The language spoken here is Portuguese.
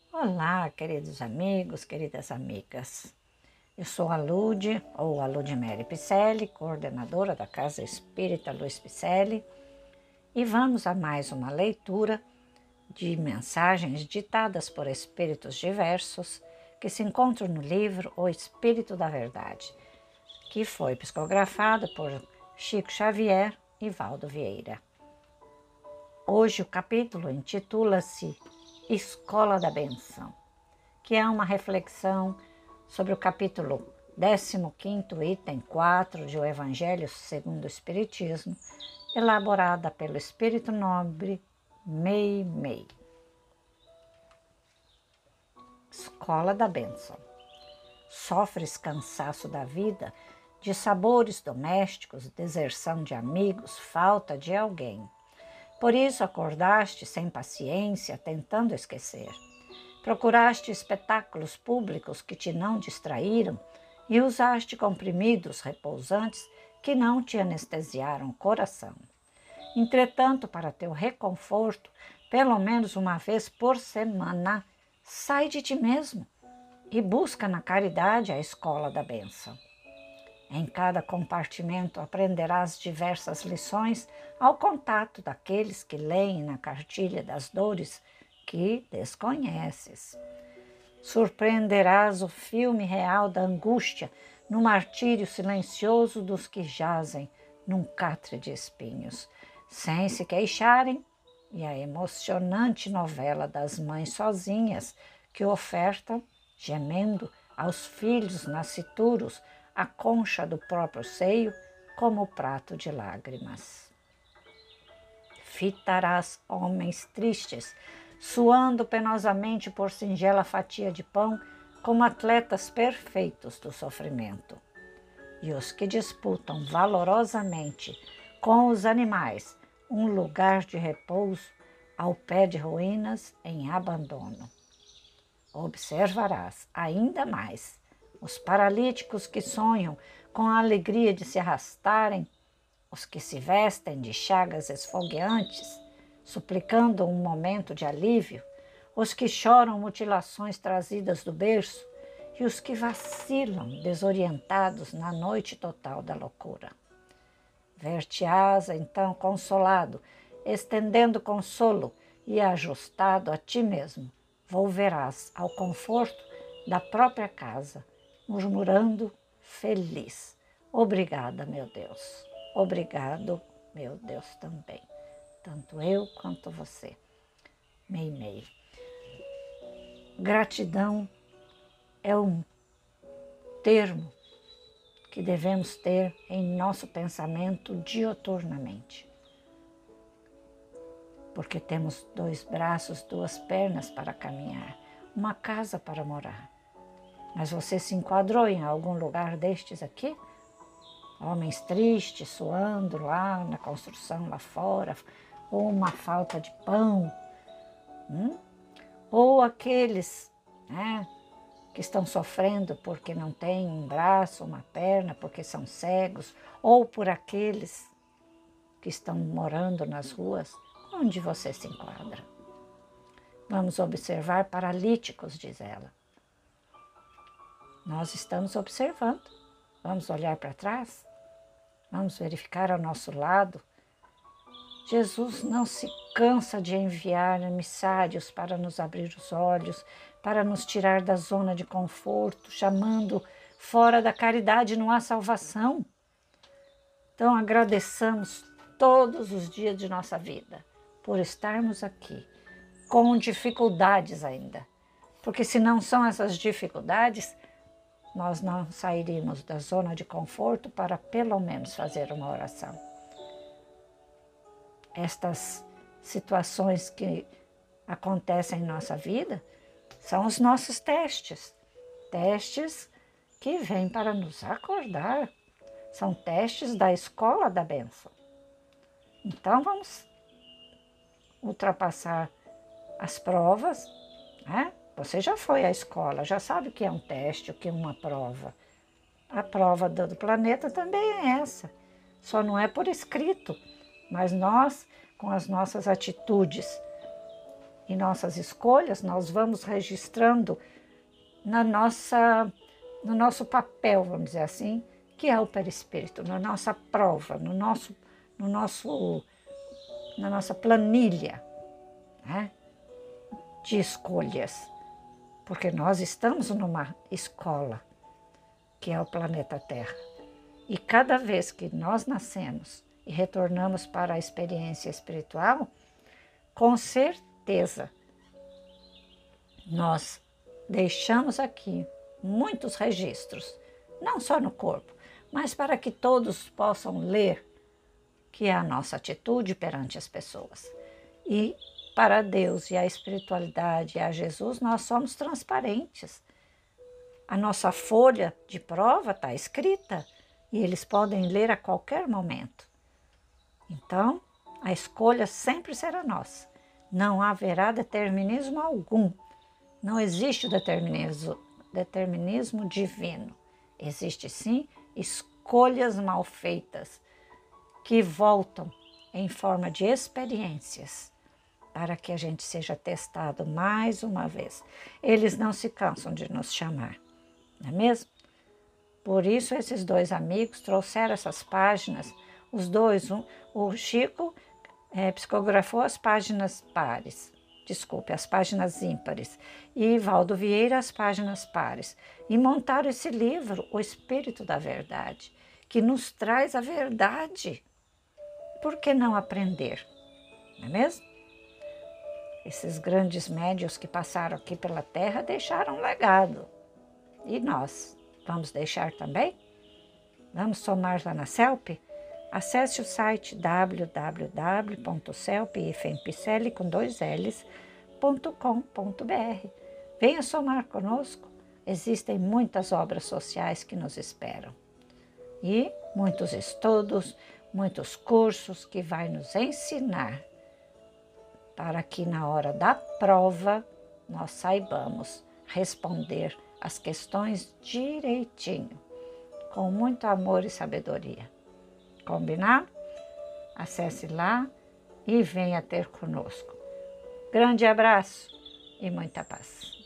Olá, queridos amigos, queridas amigas. Eu sou a Lude, ou a Ludmere Picelli, coordenadora da Casa Espírita Luiz Picelli, e vamos a mais uma leitura de mensagens ditadas por espíritos diversos que se encontram no livro O Espírito da Verdade, que foi psicografado por Chico Xavier e Valdo Vieira. Hoje o capítulo intitula-se Escola da Benção, que é uma reflexão sobre o capítulo 15º, item 4 de O Evangelho segundo o Espiritismo, elaborada pelo Espírito Nobre Meimei. Escola da Bênção. Sofres cansaço da vida, de sabores domésticos, deserção de amigos, falta de alguém. Por isso acordaste sem paciência, tentando esquecer. Procuraste espetáculos públicos que te não distraíram e usaste comprimidos repousantes que não te anestesiaram o coração. Entretanto, para teu reconforto, pelo menos uma vez por semana, sai de ti mesmo e busca na caridade a escola da bênção. Em cada compartimento aprenderás diversas lições ao contato daqueles que leem na cartilha das dores que desconheces. Surpreenderás o filme real da angústia no martírio silencioso dos que jazem num catre de espinhos, sem se queixarem, e a emocionante novela das mães sozinhas que ofertam, gemendo, aos filhos nascituros a concha do próprio seio como prato de lágrimas. Fitarás homens tristes, suando penosamente por singela fatia de pão, como atletas perfeitos do sofrimento. E os que disputam valorosamente com os animais um lugar de repouso ao pé de ruínas em abandono. Observarás ainda mais os paralíticos que sonham com a alegria de se arrastarem, os que se vestem de chagas esfogueantes, suplicando um momento de alívio, os que choram mutilações trazidas do berço e os que vacilam desorientados na noite total da loucura. Ver-te-ás então consolado, estendendo consolo e ajustado a ti mesmo, volverás ao conforto da própria casa, murmurando feliz: obrigada, meu Deus. Obrigado, meu Deus, também. Tanto eu quanto você. Meimei. Gratidão é um termo que devemos ter em nosso pensamento dioturnamente. Porque temos 2 braços, 2 pernas para caminhar, uma casa para morar. Mas você se enquadrou em algum lugar destes aqui? Homens tristes, suando lá na construção, lá fora, ou uma falta de pão, ou aqueles que estão sofrendo porque não têm um braço, uma perna, porque são cegos, ou por aqueles que estão morando nas ruas, onde você se enquadra? Vamos observar paralíticos, diz ela. Nós estamos observando. Vamos olhar para trás? Vamos verificar ao nosso lado? Jesus não se cansa de enviar emissários para nos abrir os olhos, para nos tirar da zona de conforto, chamando: fora da caridade não há salvação. Então agradeçamos todos os dias de nossa vida por estarmos aqui, com dificuldades ainda. Porque se não são essas dificuldades, nós não sairíamos da zona de conforto para pelo menos fazer uma oração. Estas situações que acontecem em nossa vida são os nossos testes. Testes que vêm para nos acordar. São testes da escola da bênção. Então vamos ultrapassar as provas, né? Você já foi à escola, já sabe o que é um teste, o que é uma prova. A prova do planeta também é essa, só não é por escrito, mas nós, com as nossas atitudes e nossas escolhas, nós vamos registrando no nosso papel, vamos dizer assim, que é o perispírito, na nossa prova, na nossa planilha, né, de escolhas. Porque nós estamos numa escola, que é o planeta Terra. E cada vez que nós nascemos e retornamos para a experiência espiritual, com certeza nós deixamos aqui muitos registros, não só no corpo, mas para que todos possam ler que é a nossa atitude perante as pessoas. E para Deus e a espiritualidade e a Jesus, nós somos transparentes. A nossa folha de prova está escrita e eles podem ler a qualquer momento. Então, a escolha sempre será nossa. Não haverá determinismo algum. Não existe o determinismo divino. Existe sim escolhas mal feitas que voltam em forma de experiências para que a gente seja testado mais uma vez. Eles não se cansam de nos chamar, não é mesmo? Por isso esses dois amigos trouxeram essas páginas, os dois, o Chico psicografou as páginas pares, as páginas ímpares, e Valdo Vieira as páginas pares, e montaram esse livro, O Espírito da Verdade, que nos traz a verdade. Por que não aprender? Não é mesmo? Esses grandes médiuns que passaram aqui pela Terra deixaram um legado. E nós, vamos deixar também? Vamos somar lá na CELP? Acesse o site www.celpifempicele.com.br. Venha somar conosco. Existem muitas obras sociais que nos esperam. E muitos estudos, muitos cursos que vai nos ensinar para que na hora da prova nós saibamos responder as questões direitinho, com muito amor e sabedoria. Combinado? Acesse lá e venha ter conosco. Grande abraço e muita paz.